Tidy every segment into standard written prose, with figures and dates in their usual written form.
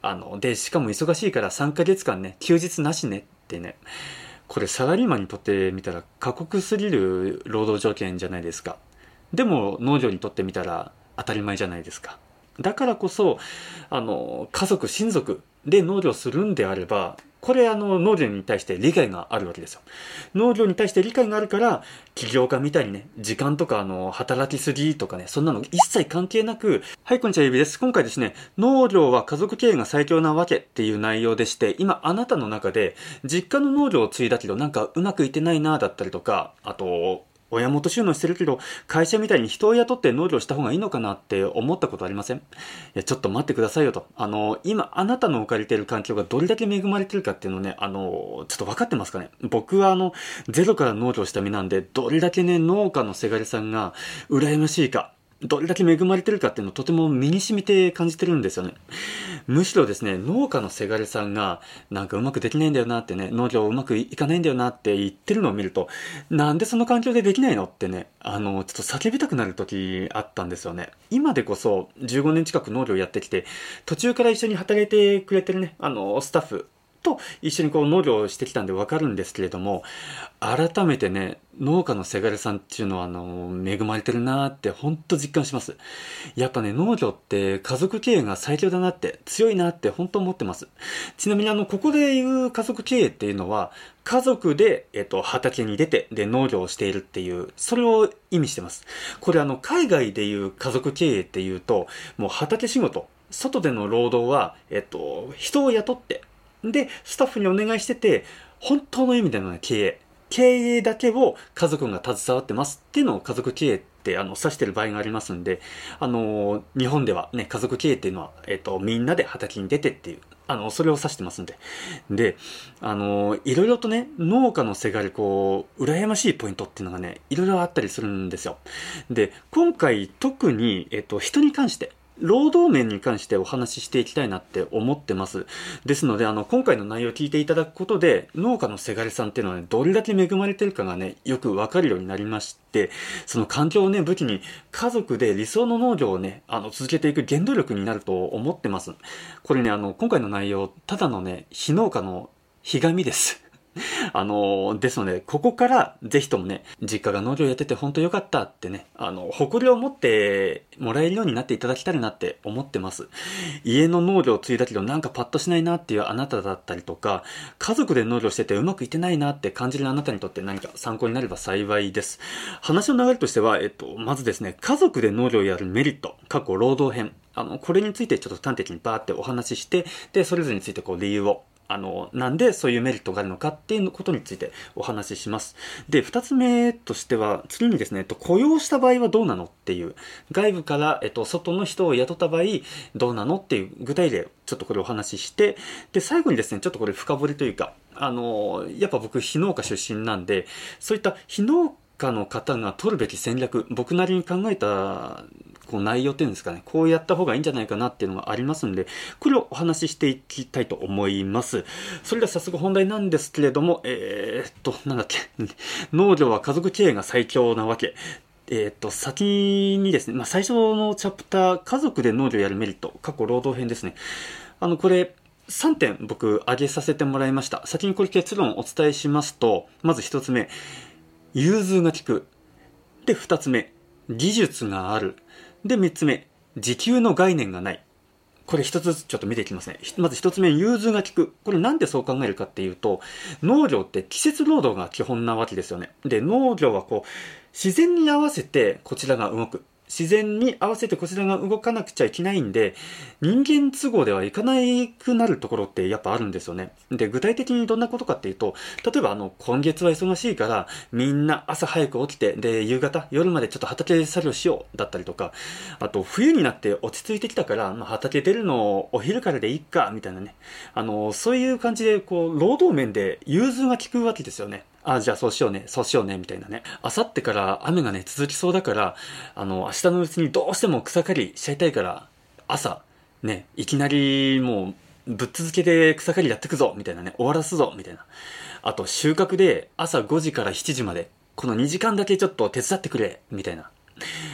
で、しかも忙しいから3ヶ月間ね、休日なしねってね、これサラリーマンにとってみたら過酷すぎる労働条件じゃないですか。でも農業にとってみたら当たり前じゃないですか。だからこそ、家族、親族で農業するんであれば、これ農業に対して理解があるわけですよ。農業に対して理解があるから、起業家みたいにね、時間とか働きすぎとかね、そんなの一切関係なく、はい、こんにちは、ゆびです。今回ですね、農業は家族経営が最強なわけっていう内容でして、今あなたの中で、実家の農業を継いだけどなんかうまくいってないなだったりとか、あと、親元収納してるけど、会社みたいに人を雇って農業した方がいいのかなって思ったことありません？いや、ちょっと待ってくださいよと。今、あなたの置かれている環境がどれだけ恵まれてるかっていうのをね、ちょっと分かってますかね？僕はゼロから農業した身なんで、どれだけね、農家のせがれさんが羨ましいか、どれだけ恵まれてるかっていうのをとても身に染みて感じてるんですよね。むしろですね、農家のせがれさんが、なんかうまくできないんだよなってね、農業うまくいかないんだよなって言ってるのを見ると、なんでその環境でできないのってね、ちょっと叫びたくなる時あったんですよね。今でこそ15年近く農業やってきて、途中から一緒に働いてくれてるね、スタッフ、と一緒にこう農業をしてきたんでわかるんですけれども、改めてね、農家のせがれさんっていうのは恵まれてるなーってほんと実感します。やっぱね、農業って家族経営が最強だなって、強いなって本当思ってます。ちなみにここで言う家族経営っていうのは、家族で、畑に出て、で、農業をしているっていう、それを意味してます。これ海外で言う家族経営っていうと、もう畑仕事、外での労働は、人を雇って、で、スタッフにお願いしてて、本当の意味での、ね、経営だけを家族が携わってますっていうのを家族経営って指してる場合がありますんで、日本ではね、家族経営っていうのは、みんなで畑に出てっていう、それを指してますんで。で、いろいろとね、農家のせがれ、羨ましいポイントっていうのがね、いろいろあったりするんですよ。で、今回特に、人に関して、労働面に関してお話ししていきたいなって思ってます。ですので、今回の内容を聞いていただくことで、農家のせがれさんっていうのはね、どれだけ恵まれてるかがね、よくわかるようになりまして、その環境をね、武器に、家族で理想の農業をね、続けていく原動力になると思ってます。これね、今回の内容、ただのね、非農家のひがみです。ですので、ここからぜひともね、実家が農業やってて本当良かったってね、誇りを持ってもらえるようになっていただきたいなって思ってます。家の農業を継いだけどなんかパッとしないなっていうあなただったりとか、家族で農業しててうまくいってないなって感じるあなたにとって何か参考になれば幸いです。話の流れとしては、まずですね、家族で農業をやるメリット、過去労働編。これについてちょっと端的にバーってお話しして、で、それぞれについて理由をなんでそういうメリットがあるのかっていうことについてお話しします。で、二つ目としては、次にですね、雇用した場合はどうなのっていう、外部から、外の人を雇った場合、どうなのっていう具体例をちょっとこれお話しして、で、最後にですね、ちょっとこれ深掘りというか、やっぱ僕、非農家出身なんで、そういった非農家の方が取るべき戦略、僕なりに考えた内容っていうんですかね、こうやった方がいいんじゃないかなっていうのがありますんで、これをお話ししていきたいと思います。それでは早速本題なんですけれども、なんだっけ、農業は家族経営が最強なわけ。先にですね、最初のチャプター、家族で農業やるメリット、過去労働編ですね。これ、3点僕挙げさせてもらいました。先にこれ結論をお伝えしますと、まず1つ目、融通が利く。で、2つ目、技術がある。で、3つ目、時給の概念がない。これ一つずつちょっと見ていきますね。まず一つ目、融通が利く。これなんでそう考えるかっていうと、農業って季節労働が基本なわけですよね。で、農業は自然に合わせてこちらが動く。自然に合わせてこちらが動かなくちゃいけないんで、人間都合ではいかなくなるところってやっぱあるんですよね。で、具体的にどんなことかっていうと、例えば今月は忙しいから、みんな朝早く起きて、で、夕方、夜までちょっと畑作業しよう、だったりとか、あと、冬になって落ち着いてきたから、畑出るのお昼からでいいか、みたいなね。そういう感じで、労働面で融通が利くわけですよね。じゃあそうしようね、そうしようね、みたいなね。あさってから雨がね、続きそうだから、明日のうちにどうしても草刈りしちゃいたいから、朝、ね、いきなりもう、ぶっ続けで草刈りやってくぞ、みたいなね、終わらすぞ、みたいな。あと、収穫で朝5時から7時まで、この2時間だけちょっと手伝ってくれ、みたいな。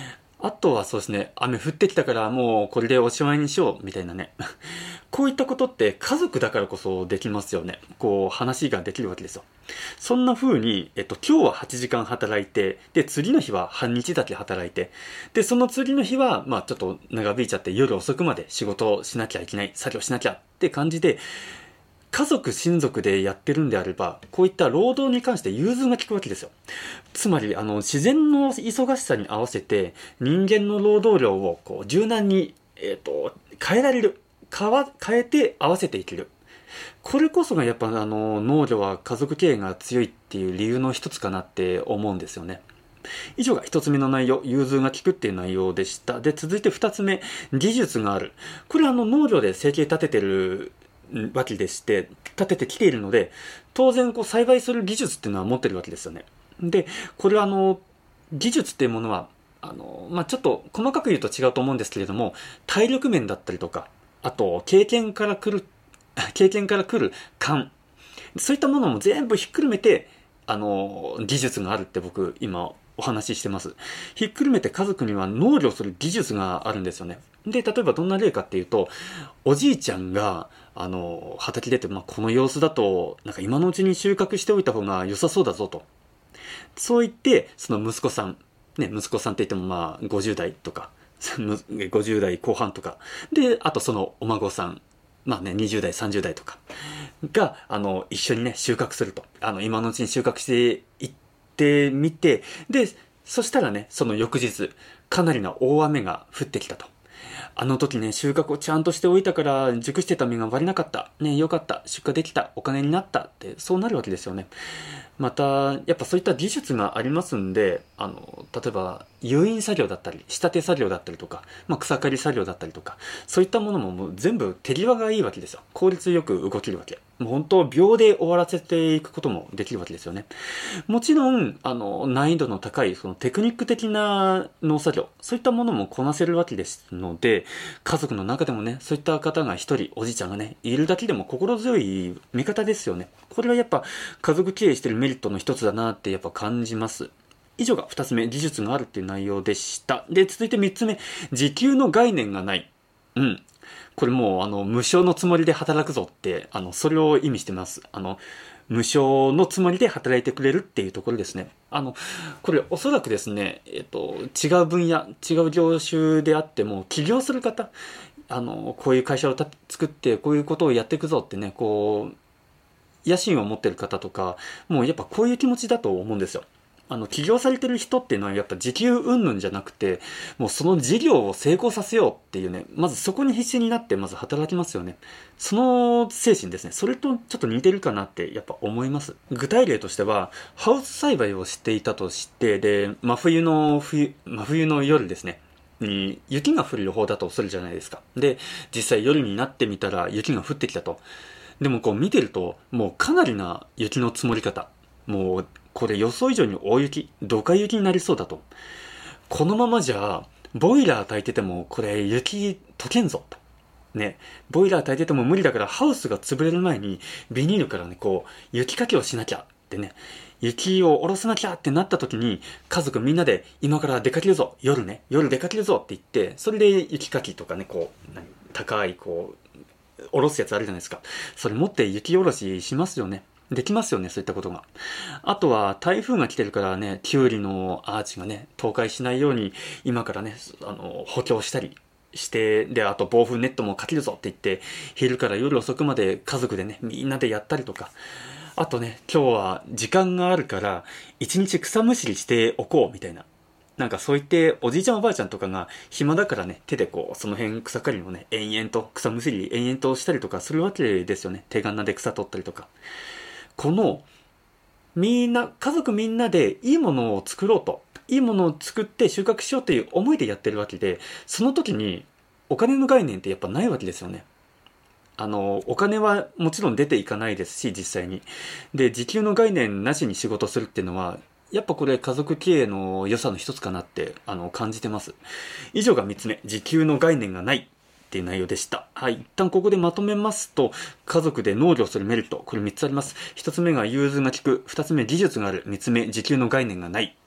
あとはそうですね、雨降ってきたからもうこれでおしまいにしようみたいなね。こういったことって家族だからこそできますよね。こう話ができるわけですよ。そんな風に、今日は8時間働いて、で、次の日は半日だけ働いて、で、その次の日は、まあちょっと長引いちゃって夜遅くまで仕事をしなきゃいけない、作業しなきゃって感じで、家族、親族でやってるんであれば、こういった労働に関して融通が利くわけですよ。つまり、自然の忙しさに合わせて、人間の労働量をこう柔軟に、変えられる。変えて合わせていける。これこそがやっぱ農業は家族経営が強いっていう理由の一つかなって思うんですよね。以上が一つ目の内容、融通が利くっていう内容でした。で、続いて二つ目、技術がある。これは農業で生計立ててるわけでして、立ててきているので、当然こう栽培する技術っていうのは持ってるわけですよね。で、これは技術っていうものは、ちょっと細かく言うと違うと思うんですけれども、体力面だったりとか、あと、経験から来る勘。そういったものも全部ひっくるめて、技術があるって僕、今、お話ししてます。ひっくるめて家族には農業する技術があるんですよね。で、例えばどんな例かっていうと、おじいちゃんが、畑出て、この様子だと、なんか今のうちに収穫しておいた方が良さそうだぞと。そう言って、その息子さん、ね、息子さんって言っても50代とか、50代後半とか。で、あとそのお孫さん、20代、30代とかが、一緒にね、収穫すると。今のうちに収穫していってみて、で、そしたらね、その翌日、かなりの大雨が降ってきたと。あの時ね、収穫をちゃんとしておいたから、熟してた実が割れなかった。ね、よかった。出荷できた。お金になった。って、そうなるわけですよね。また、やっぱそういった技術がありますんで、例えば、誘引作業だったり、仕立て作業だったりとか、草刈り作業だったりとか、そういったものももう全部手際がいいわけですよ。効率よく動けるわけ。もう本当、秒で終わらせていくこともできるわけですよね。もちろん、難易度の高い、そのテクニック的な農作業、そういったものもこなせるわけですので、家族の中でもね、そういった方が一人、おじいちゃんがね、いるだけでも心強い味方ですよね。これはやっぱ、家族経営してるメリットの一つだなってやっぱ感じます。以上が二つ目、技術があるっていう内容でした。で、続いて三つ目、時給の概念がない。うん。これもう、無償のつもりで働くぞって、それを意味してます。無償のつもりで働いてくれるっていうところですね。これおそらくですね、違う分野、違う業種であっても、起業する方、こういう会社を作って、こういうことをやっていくぞってね、こう、野心を持ってる方とか、もうやっぱこういう気持ちだと思うんですよ。起業されてる人っていうのはやっぱ時給云々じゃなくて、もうその事業を成功させようっていうね、まずそこに必死になってまず働きますよね。その精神ですね。それとちょっと似てるかなってやっぱ思います。具体例としては、ハウス栽培をしていたとして、で、真冬の夜ですね。に雪が降る予報だとするじゃないですか。で、実際夜になってみたら雪が降ってきたと。でもこう見てると、もうかなりな雪の積もり方。もう、これ予想以上に大雪、ドカ雪になりそうだと。このままじゃ、ボイラー焚いてても、これ雪溶けんぞと。ね。ボイラー焚いてても無理だからハウスが潰れる前に、ビニールからね、こう、雪かきをしなきゃってね。雪を下ろさなきゃってなった時に、家族みんなで今から出かけるぞ、夜ね、夜出かけるぞって言って、それで雪かきとかね、こう、高い、こう、下ろすやつあるじゃないですか。それ持って雪下ろししますよね。できますよね、そういったことが。あとは、台風が来てるからね、キュウリのアーチがね、倒壊しないように、今からね、補強したりして、で、あと防風ネットもかけるぞって言って、昼から夜遅くまで家族でね、みんなでやったりとか。あとね、今日は時間があるから、一日草むしりしておこう、みたいな。なんかそう言って、おじいちゃんおばあちゃんとかが暇だからね、手でこう、その辺草刈りのね、延々と、草むしり延々としたりとかするわけですよね。手がなで草取ったりとか。この、みんな、家族みんなでいいものを作ろうと、いいものを作って収穫しようという思いでやってるわけで、その時にお金の概念ってやっぱないわけですよね。お金はもちろん出ていかないですし、実際に。で、時給の概念なしに仕事するっていうのは、やっぱこれ家族経営の良さの一つかなって、感じてます。以上が3つ目。時給の概念がないっていう内容でした。はい。一旦ここでまとめますと、家族で農業するメリット、これ3つあります。1つ目が融通が利く。2つ目技術がある。3つ目、時給の概念がない。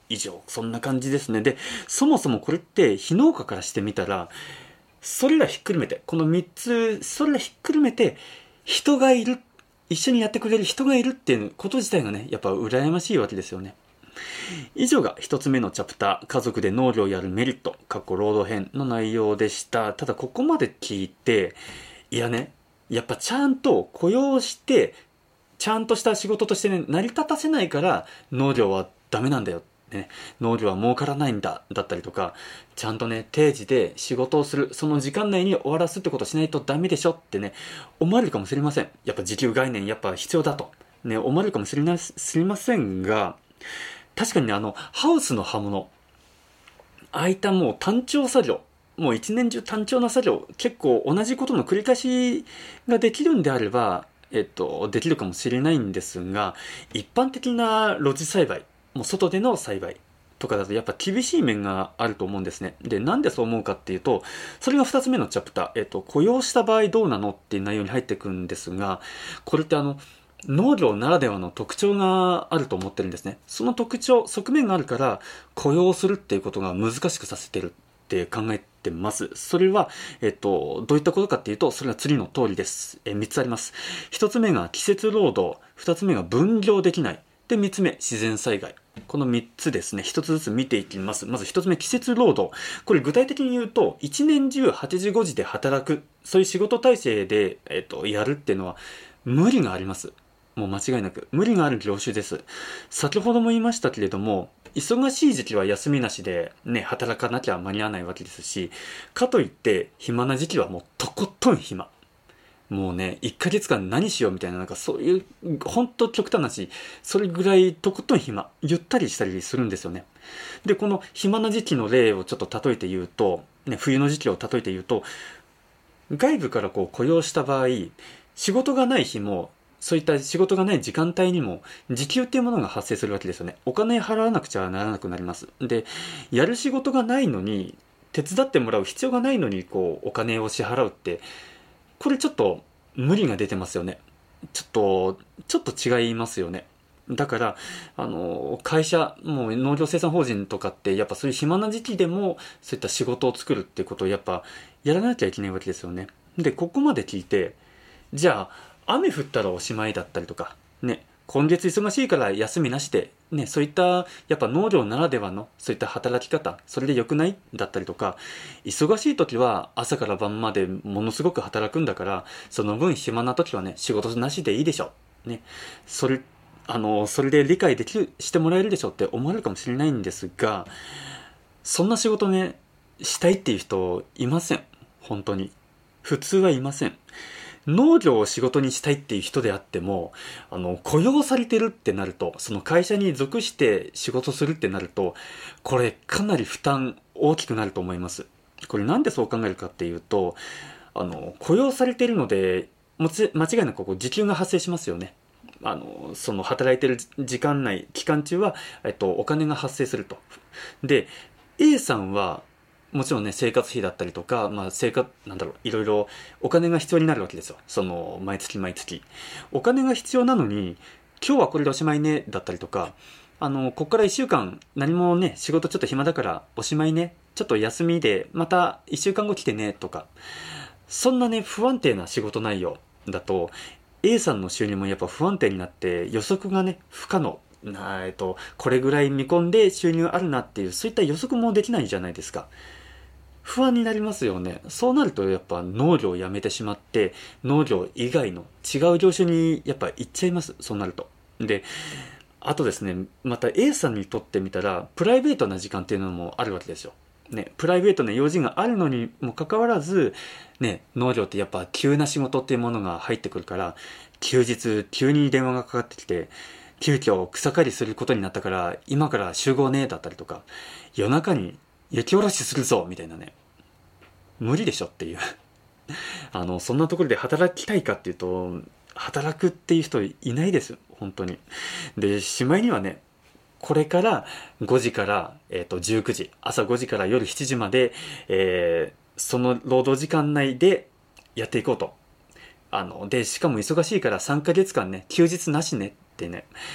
以上、そんな感じですね。で、そもそもこれって非農家からしてみたら、それらひっくるめて、この3つ、それらひっくるめて、人がいる、一緒にやってくれる人がいるっていうこと自体がね、やっぱ羨ましいわけですよね。以上が一つ目のチャプター、家族で農業をやるメリット、労働編の内容でした。ただここまで聞いて、いやね、やっぱちゃんと雇用して、ちゃんとした仕事としてね、成り立たせないから農業はダメなんだよ。ね、農業は儲からないんだ、だったりとか、ちゃんとね、定時で仕事をする、その時間内に終わらすってことをしないとダメでしょってね、思われるかもしれません。やっぱ時給概念やっぱ必要だと、ね、思われるかもしれませんが、確かにね、ハウスの刃物、ああいったもう単調作業、もう一年中単調な作業、結構同じことの繰り返しができるんであれば、できるかもしれないんですが、一般的な露地栽培、もう外での栽培とかだとやっぱ厳しい面があると思うんですね。で、なんでそう思うかっていうと、それが二つ目のチャプター、雇用した場合どうなのっていう内容に入ってくるんですが、これって農業ならではの特徴があると思ってるんですね。その特徴、側面があるから雇用するっていうことが難しくさせてるって考えてます。それは、どういったことかっていうと、それは次の通りです。3つあります。1つ目が季節労働、2つ目が分業できない。で、3つ目、自然災害。この3つですね、1つずつ見ていきます。まず1つ目、季節労働。これ具体的に言うと、1年中8時5時で働く、そういう仕事体制で、やるっていうのは無理があります。もう間違いなく無理がある業種です。先ほども言いましたけれども、忙しい時期は休みなしでね、働かなきゃ間に合わないわけですし、かといって暇な時期はもうとことん暇。もうね、1ヶ月間何しようみたいな、なんかそういう、ほんと極端な話、それぐらいとことん暇、ゆったりしたりするんですよね。で、この暇な時期の例をちょっと例えて言うと、ね、冬の時期を例えて言うと、外部からこう雇用した場合、仕事がない日も、そういった仕事がない時間帯にも時給っていうものが発生するわけですよね。お金払わなくちゃならなくなります。で、やる仕事がないのに、手伝ってもらう必要がないのに、こう、お金を支払うって、これちょっと無理が出てますよね。ちょっと違いますよね。だから、会社、もう農業生産法人とかって、やっぱそういう暇な時期でも、そういった仕事を作るってことをやっぱ、やらなきゃいけないわけですよね。で、ここまで聞いて、じゃあ、雨降ったらおしまいだったりとか、ね、今月忙しいから休みなしで、ね、そういった、やっぱ農業ならではの、そういった働き方、それで良くないだったりとか、忙しい時は朝から晩までものすごく働くんだから、その分暇な時はね、仕事なしでいいでしょ。ね、それ、それで理解できる、してもらえるでしょって思われるかもしれないんですが、そんな仕事ね、したいっていう人いません。本当に。普通はいません。農業を仕事にしたいっていう人であっても、雇用されてるってなると、その会社に属して仕事するってなると、これかなり負担大きくなると思います。これなんでそう考えるかっていうと、雇用されているので、間違いなくこう時給が発生しますよね。その働いてる時間内、期間中は、お金が発生すると。で、A さんは、もちろんね、生活費だったりとか、まあいろいろお金が必要になるわけですよ。その、毎月毎月。お金が必要なのに、今日はこれでおしまいね、だったりとか、ここから一週間、何もね、仕事ちょっと暇だからおしまいね、ちょっと休みで、また一週間後来てね、とか、そんなね、不安定な仕事内容だと、A さんの収入もやっぱ不安定になって予測がね、不可能。これぐらい見込んで収入あるなっていう、そういった予測もできないじゃないですか。不安になりますよね。そうなるとやっぱ農業をやめてしまって、農業以外の違う業種にやっぱ行っちゃいます。そうなると。で、あとですね、また A さんにとってみたら、プライベートな時間っていうのもあるわけですよ。ね、プライベートな用事があるのにもかかわらず、ね、農業ってやっぱ急な仕事っていうものが入ってくるから、休日急に電話がかかってきて、急遽草刈りすることになったから、今から集合ね、だったりとか、夜中に雪下ろしするぞ、みたいなね。無理でしょっていう。そんなところで働きたいかっていうと、働くっていう人いないです。本当に。で、しまいにはね、これから5時から、19時、朝5時から夜7時まで、その労働時間内でやっていこうと。で、しかも忙しいから3ヶ月間ね、休日なしねってね。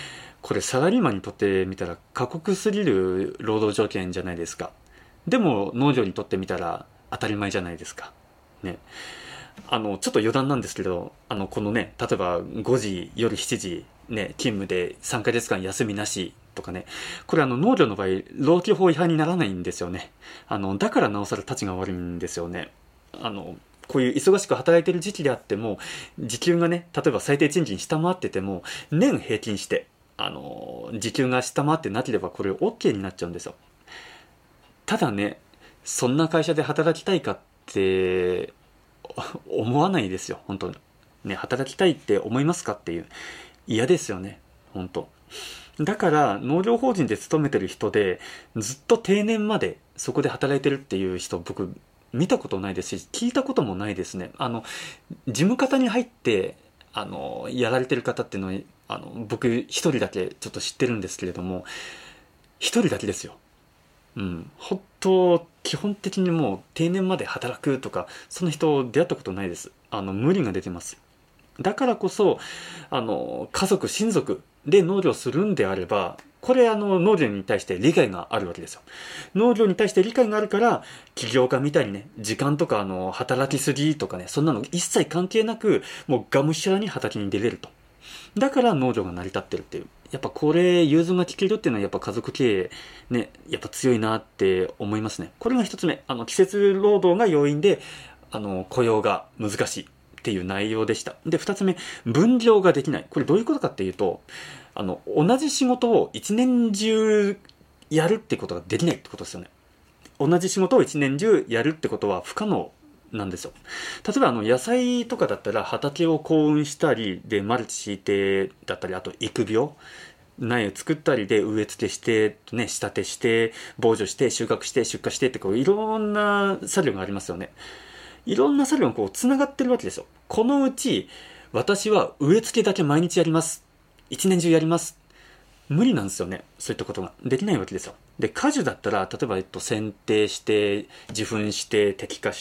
これサラリーマンにとってみたら過酷すぎる労働条件じゃないですか。でも農業にとってみたら当たり前じゃないですか。ね。ちょっと余談なんですけど、このね、例えば5時、夜7時、ね、勤務で3ヶ月間休みなしとかね、これ農業の場合、労基法違反にならないんですよね。だからなおさら立ちが悪いんですよね。こういう忙しく働いてる時期であっても、時給がね、例えば最低賃金下回ってても、年平均して、時給が下回ってなければこれ OK になっちゃうんですよ。ただね、そんな会社で働きたいかって思わないですよ、本当に。ね、働きたいって思いますかっていう。嫌ですよね、本当。だから農業法人で勤めてる人でずっと定年までそこで働いてるっていう人、僕見たことないですし聞いたこともないですね。事務方に入ってやられてる方っていうのは僕一人だけちょっと知ってるんですけれども、一人だけですよ。うん、本当基本的にもう定年まで働くとかその人出会ったことないです。無理が出てます。だからこそ家族親族で農業するんであれば、これ農業に対して理解があるわけですよ。農業に対して理解があるから起業家みたいにね、時間とか働きすぎとかね、そんなの一切関係なくもうがむしゃらに畑に出れると。だから農業が成り立ってるっていう。やっぱこれ融通が利けるっていうのはやっぱ家族経営ね、やっぱ強いなって思いますね。これが一つ目。季節労働が要因で雇用が難しいっていう内容でした。で、二つ目、分業ができない。これどういうことかっていうと、同じ仕事を一年中やるってことができないってことですよね。同じ仕事を一年中やるってことは不可能なんですよ。例えば野菜とかだったら畑を耕運したりでマルチ敷いてだったり、あと育苗苗を作ったりで植え付けして、ね、仕立てして防除して収穫して出荷してってこういろんな作業がありますよね。いろんな作業がこうつながってるわけですよ。このうち私は植え付けだけ毎日やります、一年中やります、無理なんですよね。そういったことができないわけですよ。で、果樹だったら、例えば、剪定して、受粉して、摘果して、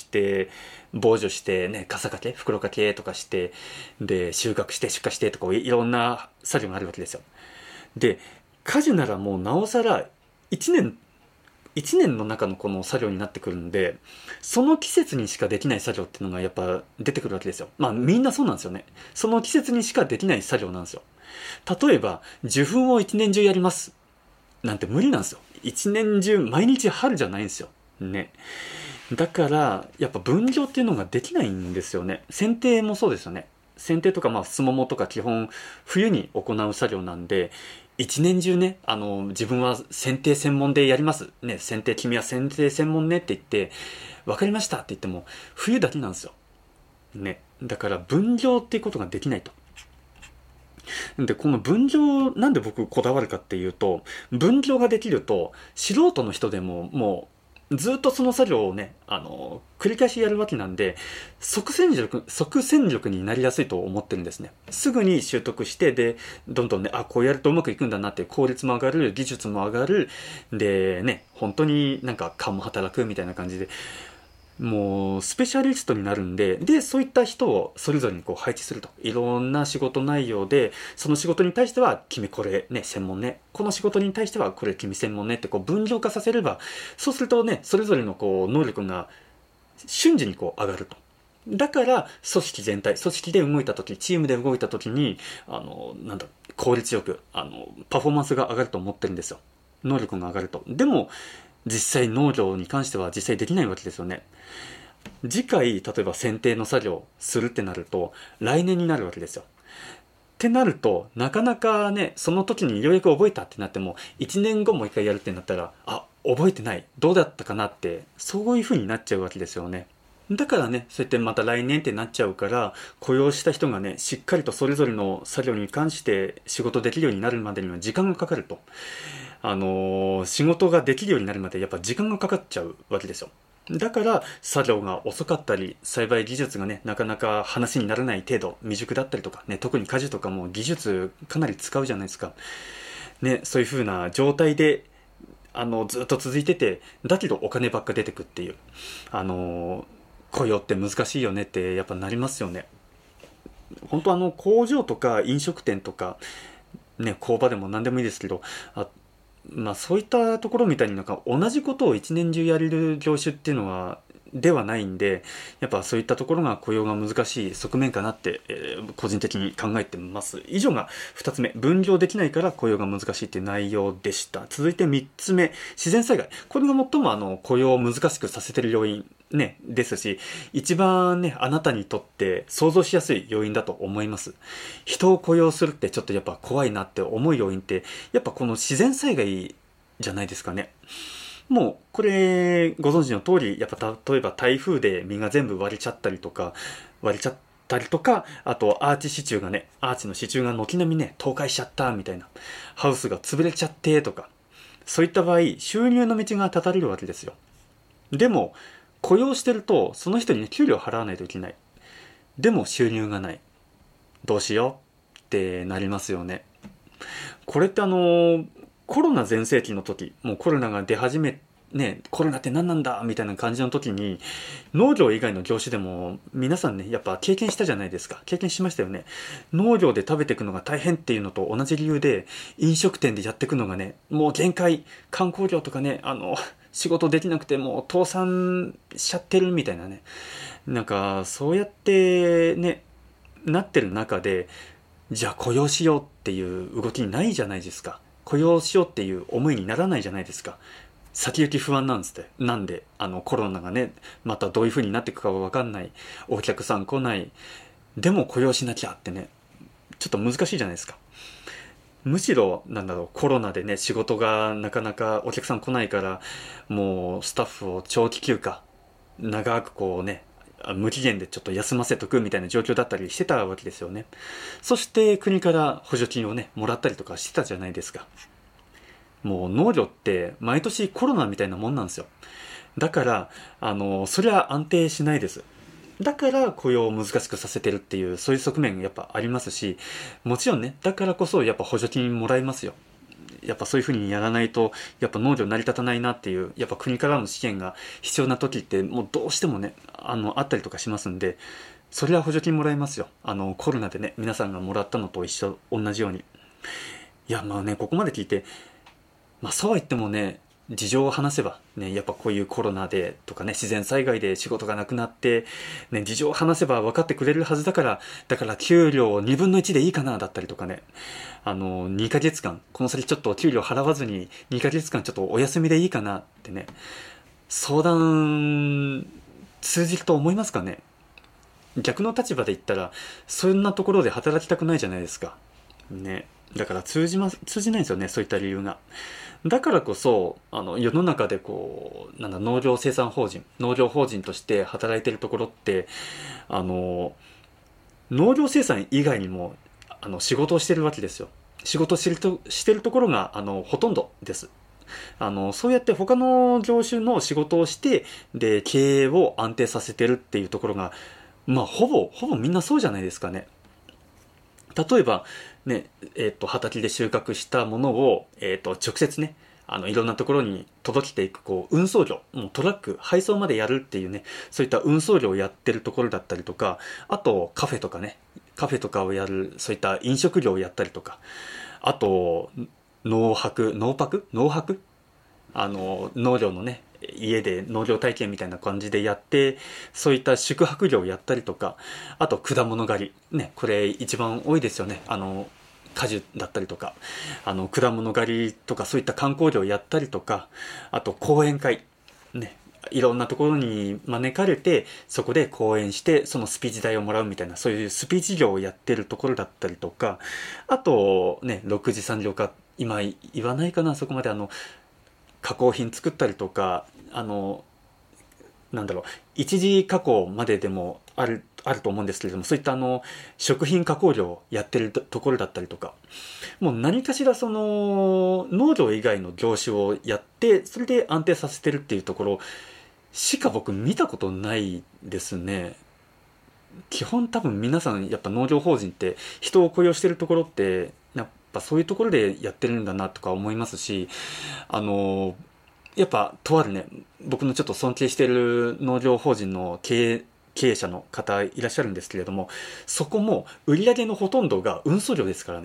防除して、ね、傘掛け、袋掛けとかして、で、収穫して、出荷してとか、いろんな作業があるわけですよ。で、果樹ならもうなおさら、1年、一年の中のこの作業になってくるんで、その季節にしかできない作業っていうのがやっぱ出てくるわけですよ。まあみんなそうなんですよね。その季節にしかできない作業なんですよ。例えば、受粉を一年中やりますなんて無理なんですよ。一年中、毎日春じゃないんですよ。ね。だから、やっぱ分業っていうのができないんですよね。剪定もそうですよね。剪定とか、まあ、すももとか基本、冬に行う作業なんで、一年中ね、自分は剪定専門でやります。ね、剪定、君は剪定専門ねって言って、わかりましたって言っても、冬だけなんですよ。ね。だから、分業っていうことができないと。で、この分業、なんで僕こだわるかっていうと、分業ができると、素人の人でももう、ずっとその作業をね、繰り返しやるわけなんで、即戦力になりやすいと思ってるんですね。すぐに習得して、で、どんどんね、あ、こうやるとうまくいくんだなって、効率も上がる、技術も上がる、で、ね、本当になんか勘も働くみたいな感じで、もうスペシャリストになるんで、で、そういった人をそれぞれにこう配置すると。いろんな仕事内容で、その仕事に対しては君これね、専門ね。この仕事に対してはこれ君専門ねってこう分業化させれば、そうするとね、それぞれのこう能力が瞬時にこう上がると。だから、組織で動いた時、チームで動いた時に、効率よく、パフォーマンスが上がると思ってるんですよ。能力が上がると。でも、実際農業に関しては実際できないわけですよね。次回、例えば剪定の作業するってなると、来年になるわけですよ。ってなると、なかなかね、その時にようやく覚えたってなっても、1年後もう一回やるってなったら、あ、覚えてない。どうだったかなって、そういう風になっちゃうわけですよね。だからね、そうやってまた来年ってなっちゃうから、雇用した人がね、しっかりとそれぞれの作業に関して仕事できるようになるまでには時間がかかると。仕事ができるようになるまでやっぱ時間がかかっちゃうわけですよ。だから作業が遅かったり、栽培技術がね、なかなか話にならない程度、未熟だったりとかね、特に果樹とかも技術かなり使うじゃないですか。ね、そういう風な状態で、ずっと続いてて、だけどお金ばっか出てくっていう、雇用って難しいよねってやっぱなりますよね。本当工場とか飲食店とか、 ね、工場でも何でもいいですけど、そういったところみたいになんか同じことを一年中やれる業種っていうのはではないんで、やっぱそういったところが雇用が難しい側面かなって、個人的に考えてます。以上が2つ目、分業できないから雇用が難しいっていう内容でした。続いて3つ目、自然災害。これが最も雇用を難しくさせてる要因ね、ですし、一番ね、あなたにとって想像しやすい要因だと思います。人を雇用するってちょっとやっぱ怖いなって思う要因って、やっぱこの自然災害じゃないですかね。もう、これ、ご存知の通り、やっぱ例えば台風で実が全部割れちゃったりとか、あとアーチ支柱がね、アーチの支柱が軒並みね、倒壊しちゃったみたいな、ハウスが潰れちゃってとか、そういった場合、収入の道が断たれるわけですよ。でも、雇用してると、その人に給料払わないといけない。でも収入がない。どうしようってなりますよね。これってコロナ全盛期の時、もうコロナが出始め、ね、コロナって何なんだみたいな感じの時に、農業以外の業種でも皆さんね、やっぱ経験したじゃないですか。経験しましたよね。農業で食べていくのが大変っていうのと同じ理由で、飲食店でやっていくのがね、もう限界、観光業とかね、仕事できなくてもう倒産しちゃってるみたいなね。なんか、そうやってね、なってる中で、じゃあ雇用しようっていう動きないじゃないですか。雇用しようっていう思いにならないじゃないですか。先行き不安なんですって。なんで、コロナがね、またどういう風になっていくかはわかんない。お客さん来ない。でも雇用しなきゃってね、ちょっと難しいじゃないですか。むしろ、コロナでね、仕事がなかなかお客さん来ないから、もうスタッフを長期休暇、長くこうね、無期限でちょっと休ませとくみたいな状況だったりしてたわけですよね。そして国から補助金をね、もらったりとかしてたじゃないですか。もう農業って毎年コロナみたいなもんなんですよ。だから、そりゃ安定しないです。だから雇用を難しくさせてるっていう、そういう側面やっぱありますし、もちろんね、だからこそやっぱ補助金もらいますよ。やっぱそういう風にやらないと、やっぱ農業成り立たないなっていう、やっぱ国からの支援が必要な時って、もうどうしてもね、あったりとかしますんで、それは補助金もらえますよ。コロナでね、皆さんがもらったのと同じように。いや、まあね、ここまで聞いて、そうは言ってもね、事情を話せば、ね、やっぱこういうコロナでとかね、自然災害で仕事がなくなって、ね、事情を話せば分かってくれるはずだから給料を2分の1でいいかな、だったりとかね、2ヶ月間、この先ちょっと給料払わずに2ヶ月間ちょっとお休みでいいかなってね、相談通じると思いますかね。逆の立場で言ったら、そんなところで働きたくないじゃないですか。ね。だから通じないんですよね、そういった理由が。だからこそ、世の中で農業生産法人、農業法人として働いてるところって、農業生産以外にも、仕事をしてるわけですよ。仕事をしてるところが、ほとんどです。そうやって他の業種の仕事をして、で、経営を安定させてるっていうところが、ほぼみんなそうじゃないですかね。例えば、ね、畑で収穫したものを、直接ね、いろんなところに届けていく、運送業、もうトラック、配送までやるっていうね、そういった運送業をやってるところだったりとか、あと、カフェとかをやる、そういった飲食業をやったりとか、あと、農泊農業のね、家で農業体験みたいな感じでやって、そういった宿泊業をやったりとか、あと果物狩り。ね、これ一番多いですよね。果樹だったりとか、果物狩りとかそういった観光業をやったりとか、あと講演会。ね、いろんなところに招かれて、そこで講演して、そのスピーチ代をもらうみたいな、そういうスピーチ業をやってるところだったりとか、あと、ね、6次産業化、今言わないかな、そこまで加工品作ったりとか、一次加工まででもあると思うんですけれども、そういった食品加工業をやってるところだったりとか、もう何かしらその農業以外の業種をやって、それで安定させてるっていうところしか僕見たことないですね。基本多分皆さんやっぱ農業法人って人を雇用してるところってやっぱそういうところでやってるんだなとか思いますし、やっぱとあるね、僕のちょっと尊敬している農業法人の経営者の方いらっしゃるんですけれども、そこも売り上げのほとんどが運送業ですからね。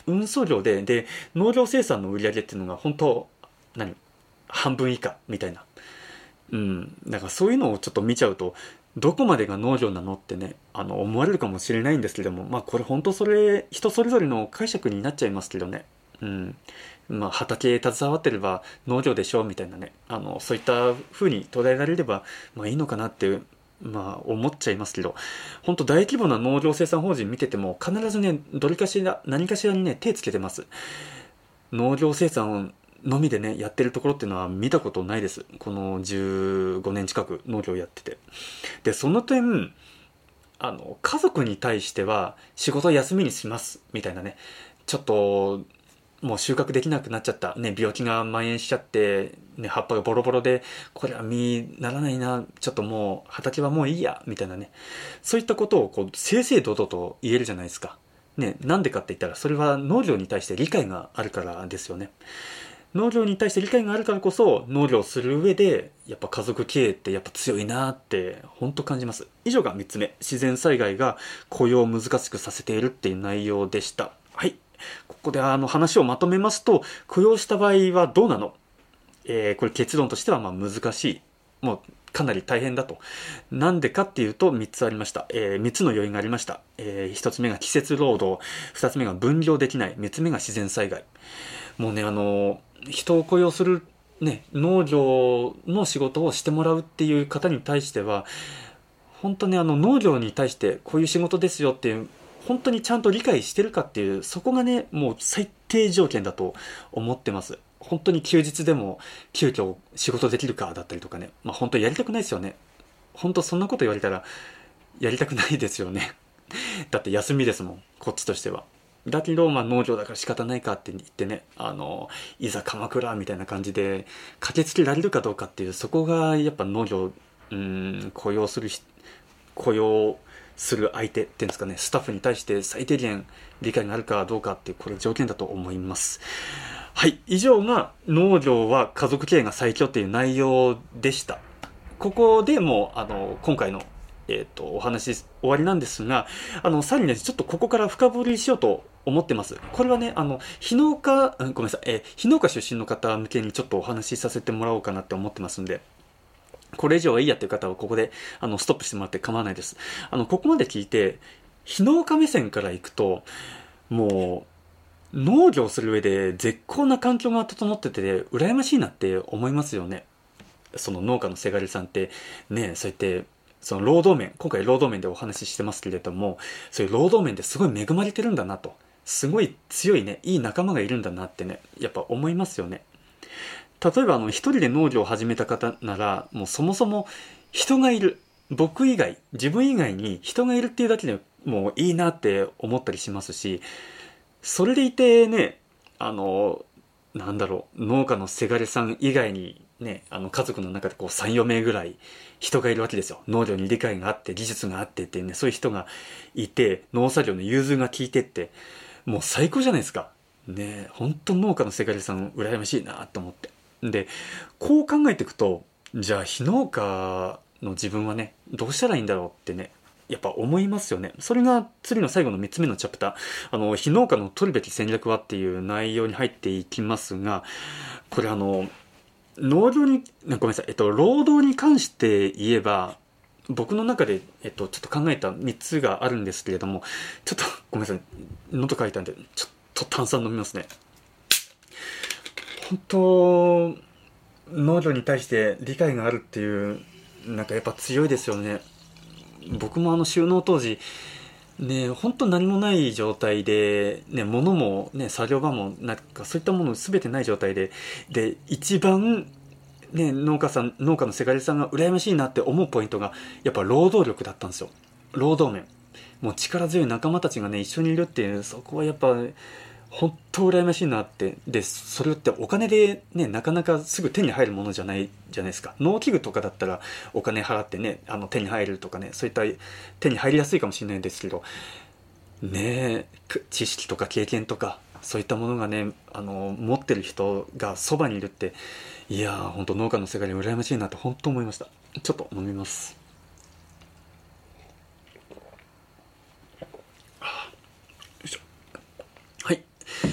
運送業で農業生産の売り上げっていうのが本当半分以下みたいな。だからそういうのをちょっと見ちゃうと、どこまでが農業なのってね、思われるかもしれないんですけども、まあこれ本当それ、人それぞれの解釈になっちゃいますけどね。まあ畑携わってれば農業でしょみたいなね、そういった風に捉えられれば、まあいいのかなって、まあ思っちゃいますけど、本当大規模な農業生産法人見てても、必ずね、どれかしら、何かしらにね、手つけてます。農業生産のみでね、やってるところっていうのは見たことないです。この15年近く農業やってて。で、その点、家族に対しては仕事休みにしますみたいなね、ちょっともう収穫できなくなっちゃったね、病気が蔓延しちゃってね、葉っぱがボロボロでこれは実ならないな、ちょっともう畑はもういいやみたいなね、そういったことをこう正々堂々と言えるじゃないですかね。なんでかって言ったら、それは農業に対して理解があるからですよね。農業に対して理解があるからこそ、農業をする上でやっぱ家族経営ってやっぱ強いなって本当感じます。以上が3つ目、自然災害が雇用を難しくさせているっていう内容でした。はい、ここで話をまとめますと、雇用した場合はどうなの、これ結論としてはまあ難しい、もうかなり大変だと。なんでかっていうと3つありました。3つの要因がありました。1つ目が季節労働、2つ目が分業できない、3つ目が自然災害。もうね、人を雇用する、ね、農業の仕事をしてもらうっていう方に対しては、本当に農業に対してこういう仕事ですよっていう、本当にちゃんと理解してるかっていう、そこがね、もう最低条件だと思ってます。本当に休日でも急遽仕事できるかだったりとかね、まあ本当やりたくないですよね。本当そんなこと言われたらやりたくないですよね。だって休みですもん、こっちとしては。だけど、まあ農業だから仕方ないかって言ってね、いざ鎌倉みたいな感じで駆けつけられるかどうかっていう、そこがやっぱ農業、雇用する相手っていうんですかね、スタッフに対して最低限理解があるかどうかっていう、これ条件だと思います。はい、以上が農業は家族経営が最強っていう内容でした。ここでもう、今回のお話終わりなんですが、さらにね、ちょっとここから深掘りしようと思ってます。これはね、非農家、ごめんなさい、非農家出身の方向けにちょっとお話しさせてもらおうかなって思ってますんで、これ以上はいいやっていう方はここで、ストップしてもらって構わないです。ここまで聞いて、非農家目線からいくと、もう、農業する上で絶好な環境が整ってて、羨ましいなって思いますよね。その農家のせがれさんって、ね、そうやって、その労働面、今回労働面でお話ししてますけれども、そういう労働面ですごい恵まれてるんだなと。すごい強いね、いい仲間がいるんだなってね、やっぱ思いますよね。例えば一人で農業を始めた方なら、もうそもそも人がいる。僕以外、自分以外に人がいるっていうだけでもういいなって思ったりしますし、それでいてね、なんだろう、農家のせがれさん以外にね、家族の中でこう3、4名ぐらい人がいるわけですよ。農業に理解があって、技術があってっていうね、そういう人がいて、農作業の融通が効いてって、もう最高じゃないですか。ね、本当農家のせがれさん羨ましいなと思って。で、こう考えていくと、じゃあ非農家の自分はね、どうしたらいいんだろうってね、やっぱ思いますよね。それが次の最後の3つ目のチャプター、非農家の取るべき戦略はっていう内容に入っていきますが、これ農業に、ごめんなさい、労働に関して言えば、僕の中で、ちょっと考えた3つがあるんですけれども、ちょっとごめんなさい、喉乾いたんで、ちょっと炭酸飲みますね。本当、農業に対して理解があるっていう、なんかやっぱ強いですよね。僕も収納当時、ね、本当何もない状態で、ね、物もね、作業場も、なんかそういったもの全てない状態で、で、一番、ね、農家のせがれさんが羨ましいなって思うポイントが、やっぱ労働力だったんですよ。労働面。もう力強い仲間たちがね、一緒にいるっていう、そこはやっぱ、本当羨ましいなって。で、それってお金でね、なかなかすぐ手に入るものじゃないじゃないですか。農機具とかだったらお金払ってね、手に入るとかね、そういった手に入りやすいかもしれないんですけど、ねえ、知識とか経験とか、そういったものがね、持ってる人がそばにいるって、いやー、本当農家の世界に羨ましいなって本当思いました。ちょっと飲みます。はい。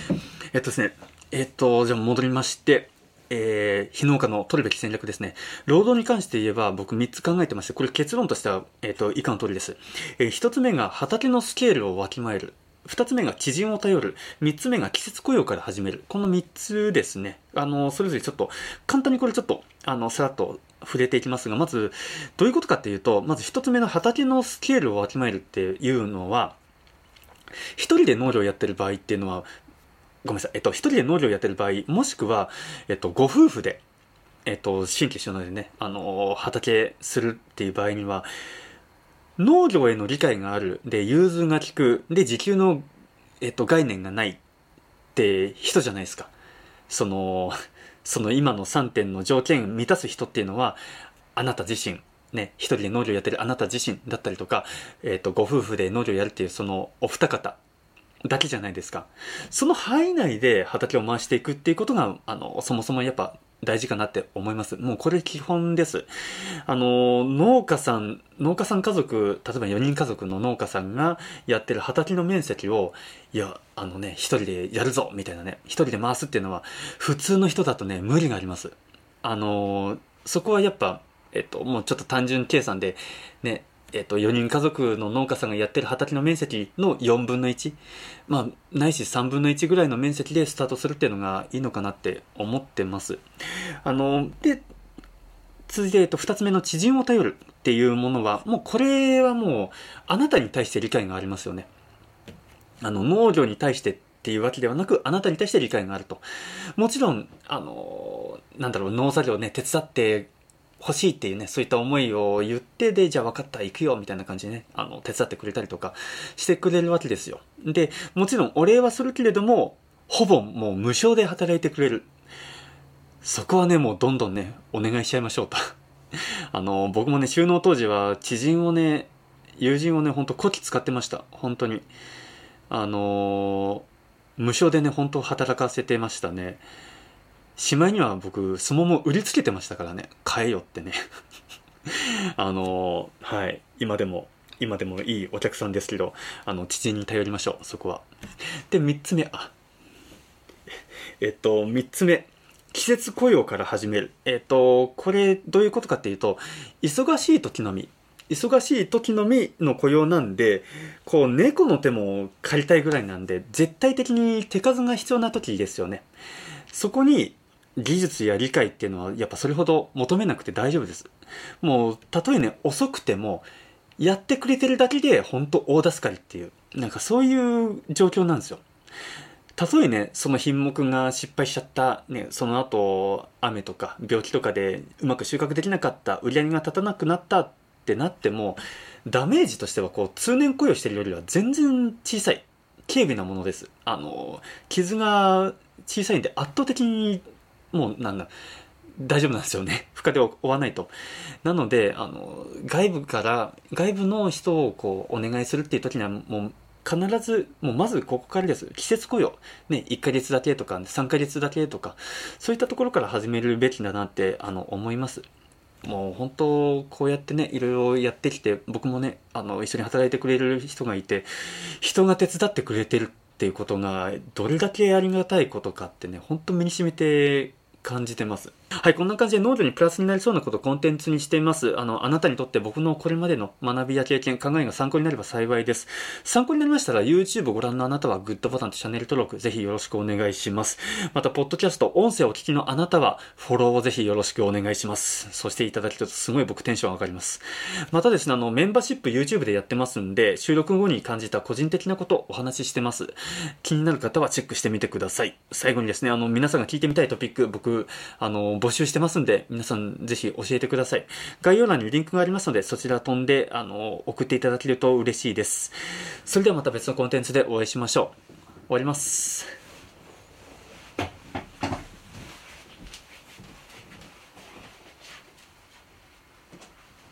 ですね、じゃあ戻りまして、非農家の取るべき戦略ですね。労働に関して言えば僕3つ考えてまして、これ結論としては、以下の通りです。1つ目が畑のスケールをわきまえる。2つ目が知人を頼る。3つ目が季節雇用から始める。この3つですね。それぞれちょっと、簡単にこれちょっと、さらっと触れていきますが、まず、どういうことかっていうと、まず1つ目の畑のスケールをわきまえるっていうのは、一人で農業をやってる場合っていうのは、ごめんなさい、一人で農業をやってる場合、もしくは、ご夫婦で、新規収納でね、畑するっていう場合には、農業への理解がある、で、融通が利く、で、時給の、概念がないって人じゃないですか。その今の3点の条件満たす人っていうのは、あなた自身、ね、一人で農業やってるあなた自身だったりとか、ご夫婦で農業やるっていうそのお二方だけじゃないですか。その範囲内で畑を回していくっていうことが、そもそもやっぱ大事かなって思います。もうこれ基本です。農家さん家族、例えば4人家族の農家さんがやってる畑の面積を、いや、一人でやるぞみたいなね、一人で回すっていうのは、普通の人だとね、無理があります。そこはやっぱ、もうちょっと単純計算で、ね、4人家族の農家さんがやってる畑の面積の4分の1、まあ、ないし3分の1ぐらいの面積でスタートするっていうのがいいのかなって思ってます。で、続いて、2つ目の知人を頼るっていうものは、もうこれはもう、あなたに対して理解がありますよね。農業に対してっていうわけではなく、あなたに対して理解があると。もちろん、農作業ね、手伝って欲しいっていうね、そういった思いを言って、で、じゃあ分かった、行くよ、みたいな感じでね、手伝ってくれたりとかしてくれるわけですよ。で、もちろんお礼はするけれども、ほぼもう無償で働いてくれる。そこはね、もうどんどんね、お願いしちゃいましょうと。僕もね、就農当時は知人をね、友人をね、ほんとこき使ってました。本当に。無償でね、本当働かせてましたね。しまいには僕、相撲も売りつけてましたからね。買えよってね。はい。今でもいいお客さんですけど、知人に頼りましょう、そこは。で、3つ目、3つ目。季節雇用から始める。これ、どういうことかっていうと、忙しい時のみの雇用なんで、こう、猫の手も借りたいぐらいなんで、絶対的に手数が必要な時ですよね。そこに、技術や理解っていうのは、やっぱそれほど求めなくて大丈夫です。もう、たとえね、遅くても、やってくれてるだけで、本当大助かりっていう、なんかそういう状況なんですよ。たとえね、その品目が失敗しちゃった、ね、その後、雨とか病気とかでうまく収穫できなかった、売り上げが立たなくなったってなっても、ダメージとしてはこう、通年雇用してるよりは全然小さい、軽微なものです。傷が小さいんで圧倒的に、もう大丈夫なんですよね。負荷で追わないと。なので、外部の人をこう、お願いするっていう時にはもう、必ず、もうまずここからです。季節雇用。ね、1ヶ月だけとか、3ヶ月だけとか、そういったところから始めるべきだなって、思います。もう本当、こうやってね、いろいろやってきて、僕もね、一緒に働いてくれる人がいて、人が手伝ってくれてるっていうことが、どれだけありがたいことかってね、本当身に染みて感じてます。はい、こんな感じで農業にプラスになりそうなことをコンテンツにしています。あなたにとって僕のこれまでの学びや経験、考えが参考になれば幸いです。参考になりましたら YouTube をご覧のあなたはグッドボタンとチャンネル登録ぜひよろしくお願いします。また、ポッドキャスト、音声をお聞きのあなたはフォローをぜひよろしくお願いします。そしていただけるとすごい僕テンション上がります。またですね、メンバーシップ YouTube でやってますんで、収録後に感じた個人的なことをお話ししてます。気になる方はチェックしてみてください。最後にですね、皆さんが聞いてみたいトピック、僕、募集してますんで、皆さんぜひ教えてください。概要欄にリンクがありますので、そちら飛んで、送っていただけると嬉しいです。それではまた別のコンテンツでお会いしましょう。終わります。